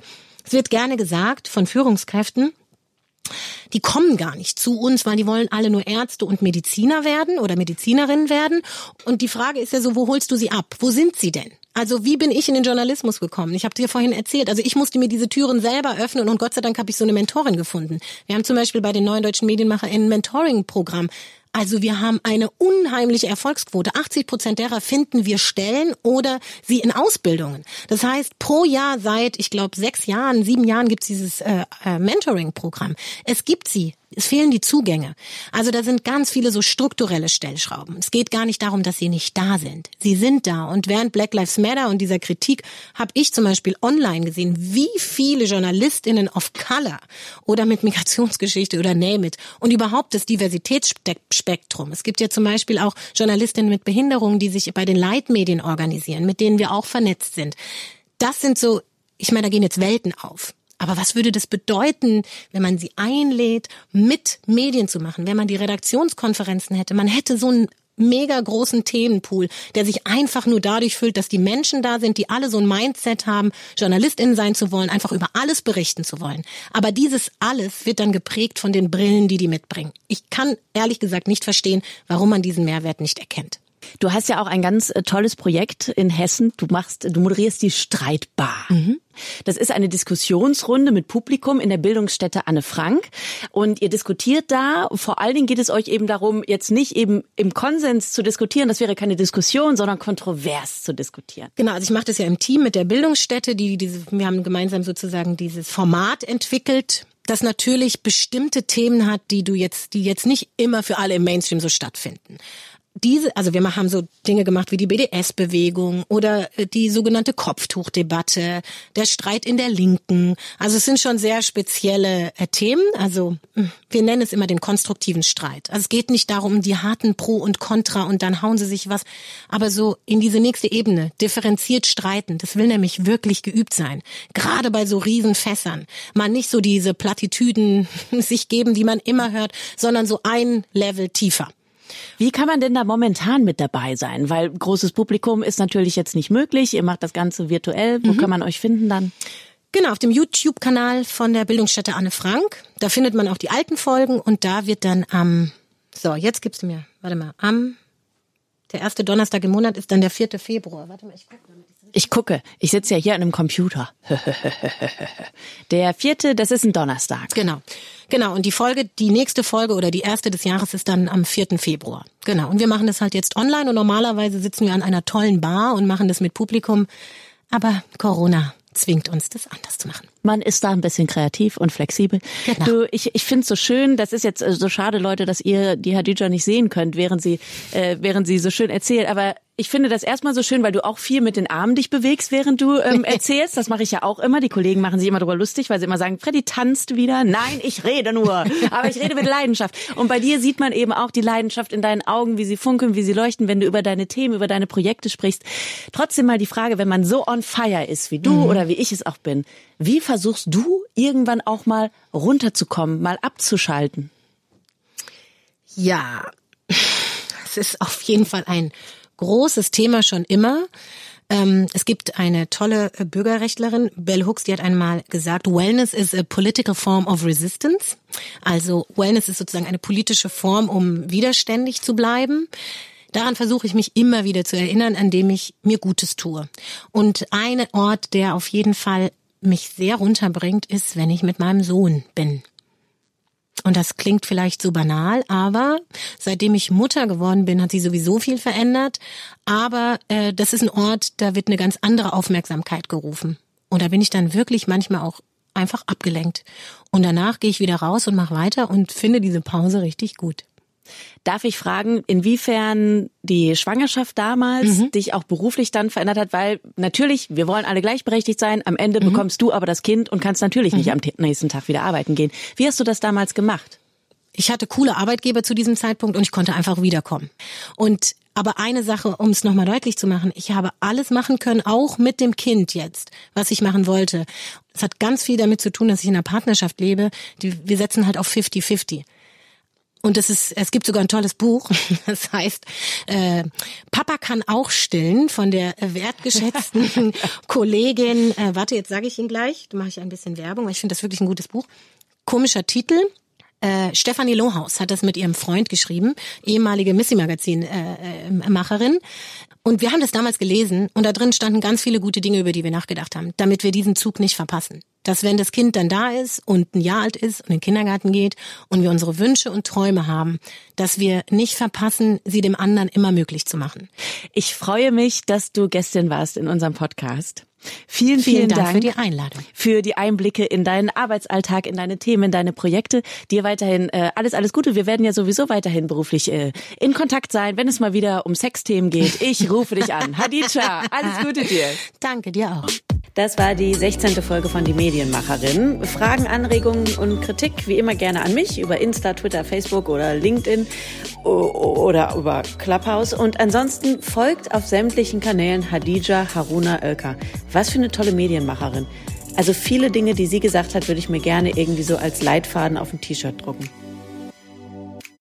Es wird gerne gesagt von Führungskräften, die kommen gar nicht zu uns, weil die wollen alle nur Ärzte und Mediziner werden oder Medizinerinnen werden. Und die Frage ist ja so, wo holst du sie ab? Wo sind sie denn? Also wie bin ich in den Journalismus gekommen? Ich habe dir vorhin erzählt, also ich musste mir diese Türen selber öffnen und Gott sei Dank habe ich so eine Mentorin gefunden. Wir haben zum Beispiel bei den Neuen Deutschen Medienmacher ein Mentoring-Programm. Also wir haben eine unheimliche Erfolgsquote. achtzig Prozent derer finden wir Stellen oder sie in Ausbildungen. Das heißt, pro Jahr seit, ich glaube, sechs Jahren, sieben Jahren gibt es dieses äh, äh, Mentoring-Programm. Es gibt sie. Es fehlen die Zugänge. Also da sind ganz viele so strukturelle Stellschrauben. Es geht gar nicht darum, dass sie nicht da sind. Sie sind da. Und während Black Lives Matter und dieser Kritik habe ich zum Beispiel online gesehen, wie viele JournalistInnen of Color oder mit Migrationsgeschichte oder Name it und überhaupt das Diversitätsspektrum. Es gibt ja zum Beispiel auch Journalistinnen mit Behinderungen, die sich bei den Leitmedien organisieren, mit denen wir auch vernetzt sind. Das sind so, ich meine, da gehen jetzt Welten auf. Aber was würde das bedeuten, wenn man sie einlädt, mit Medien zu machen, wenn man die Redaktionskonferenzen hätte? Man hätte so einen mega großen Themenpool, der sich einfach nur dadurch füllt, dass die Menschen da sind, die alle so ein Mindset haben, JournalistInnen sein zu wollen, einfach über alles berichten zu wollen. Aber dieses alles wird dann geprägt von den Brillen, die die mitbringen. Ich kann ehrlich gesagt nicht verstehen, warum man diesen Mehrwert nicht erkennt. Du hast ja auch ein ganz tolles Projekt in Hessen. Du machst, du moderierst die Streitbar. Mhm. Das ist eine Diskussionsrunde mit Publikum in der Bildungsstätte Anne Frank. Und ihr diskutiert da. Vor allen Dingen geht es euch eben darum, jetzt nicht eben im Konsens zu diskutieren. Das wäre keine Diskussion, sondern kontrovers zu diskutieren. Genau, also ich mache das ja im Team mit der Bildungsstätte. Die, diese, wir haben gemeinsam sozusagen dieses Format entwickelt, das natürlich bestimmte Themen hat, die du jetzt, die jetzt nicht immer für alle im Mainstream so stattfinden. Diese, also wir haben so Dinge gemacht wie die B D S-Bewegung oder die sogenannte Kopftuchdebatte, der Streit in der Linken. Also es sind schon sehr spezielle äh, Themen. Also wir nennen es immer den konstruktiven Streit. Also es geht nicht darum, die harten Pro und Contra und dann hauen sie sich was. Aber so in diese nächste Ebene, differenziert streiten, das will nämlich wirklich geübt sein. Gerade bei so Riesenfässern. Man nicht so diese Plattitüden sich geben, die man immer hört, sondern so ein Level tiefer. Wie kann man denn da momentan mit dabei sein? Weil großes Publikum ist natürlich jetzt nicht möglich. Ihr macht das Ganze virtuell. Wo mhm. kann man euch finden dann? Genau, auf dem YouTube-Kanal von der Bildungsstätte Anne Frank. Da findet man auch die alten Folgen und da wird dann am, so, jetzt gibst du mir, warte mal, am, der erste Donnerstag im Monat ist dann der vierte Februar. Warte mal, ich gucke mal. Ich gucke, ich sitze ja hier an einem Computer. Der vierte, das ist ein Donnerstag. Genau, genau. Und die Folge, die nächste Folge oder die erste des Jahres ist dann am vierten Februar. Genau. Und wir machen das halt jetzt online und normalerweise sitzen wir an einer tollen Bar und machen das mit Publikum. Aber Corona zwingt uns, das anders zu machen. Man ist da ein bisschen kreativ und flexibel. Genau. Du, ich, ich finde es so schön, das ist jetzt so schade, Leute, dass ihr die Hadija nicht sehen könnt, während sie, äh, während sie so schön erzählt. Aber ich finde das erstmal so schön, weil du auch viel mit den Armen dich bewegst, während du ähm, erzählst. Das mache ich ja auch immer. Die Kollegen machen sich immer darüber lustig, weil sie immer sagen, Freddy tanzt wieder. Nein, ich rede nur. Aber ich rede mit Leidenschaft. Und bei dir sieht man eben auch die Leidenschaft in deinen Augen, wie sie funkeln, wie sie leuchten, wenn du über deine Themen, über deine Projekte sprichst. Trotzdem mal die Frage, wenn man so on fire ist wie du mhm. oder wie ich es auch bin, wie versuchst du irgendwann auch mal runterzukommen, mal abzuschalten? Ja, es ist auf jeden Fall ein großes Thema schon immer. Ähm, es gibt eine tolle Bürgerrechtlerin, Bell Hooks, die hat einmal gesagt, Wellness is a political form of resistance. Also Wellness ist sozusagen eine politische Form, um widerständig zu bleiben. Daran versuche ich mich immer wieder zu erinnern, an dem ich mir Gutes tue. Und ein Ort, der auf jeden Fall mich sehr runterbringt, ist, wenn ich mit meinem Sohn bin. Und das klingt vielleicht so banal, aber seitdem ich Mutter geworden bin, hat sie sowieso viel verändert. Aber äh, das ist ein Ort, da wird eine ganz andere Aufmerksamkeit gerufen. Und da bin ich dann wirklich manchmal auch einfach abgelenkt. Und danach gehe ich wieder raus und mache weiter und finde diese Pause richtig gut. Darf ich fragen, inwiefern die Schwangerschaft damals mhm. dich auch beruflich dann verändert hat? Weil natürlich, wir wollen alle gleichberechtigt sein. Am Ende mhm. bekommst du aber das Kind und kannst natürlich mhm. nicht am nächsten Tag wieder arbeiten gehen. Wie hast du das damals gemacht? Ich hatte coole Arbeitgeber zu diesem Zeitpunkt und ich konnte einfach wiederkommen. Und aber eine Sache, um es nochmal deutlich zu machen, ich habe alles machen können, auch mit dem Kind jetzt, was ich machen wollte. Es hat ganz viel damit zu tun, dass ich in einer Partnerschaft lebe. Die, wir setzen halt auf fifty fifty. Und es ist, es gibt sogar ein tolles Buch, das heißt äh, Papa kann auch stillen, von der wertgeschätzten Kollegin, äh, warte, jetzt sage ich Ihnen gleich, da mache ich ein bisschen Werbung, weil ich finde das wirklich ein gutes Buch. Komischer Titel. Äh, Stefanie Lohaus hat das mit ihrem Freund geschrieben, ehemalige Missy-Magazin-Macherin. Äh, und wir haben das damals gelesen und da drin standen ganz viele gute Dinge, über die wir nachgedacht haben, damit wir diesen Zug nicht verpassen. Dass wenn das Kind dann da ist und ein Jahr alt ist und in den Kindergarten geht und wir unsere Wünsche und Träume haben, dass wir nicht verpassen, sie dem anderen immer möglich zu machen. Ich freue mich, dass du Gästin warst in unserem Podcast. Vielen, vielen, vielen Dank, Dank für die Einladung. Für die Einblicke in deinen Arbeitsalltag, in deine Themen, in deine Projekte. Dir weiterhin äh, alles, alles Gute. Wir werden ja sowieso weiterhin beruflich äh, in Kontakt sein, wenn es mal wieder um Sexthemen geht. Ich rufe dich an. Hadija, alles Gute dir. Danke, dir auch. Das war die sechzehnte Folge von Die Medienmacherin. Fragen, Anregungen und Kritik wie immer gerne an mich über Insta, Twitter, Facebook oder LinkedIn oder über Clubhouse. Und ansonsten folgt auf sämtlichen Kanälen Hadija Haruna Oelker. Was für eine tolle Medienmacherin. Also viele Dinge, die sie gesagt hat, würde ich mir gerne irgendwie so als Leitfaden auf ein T-Shirt drucken.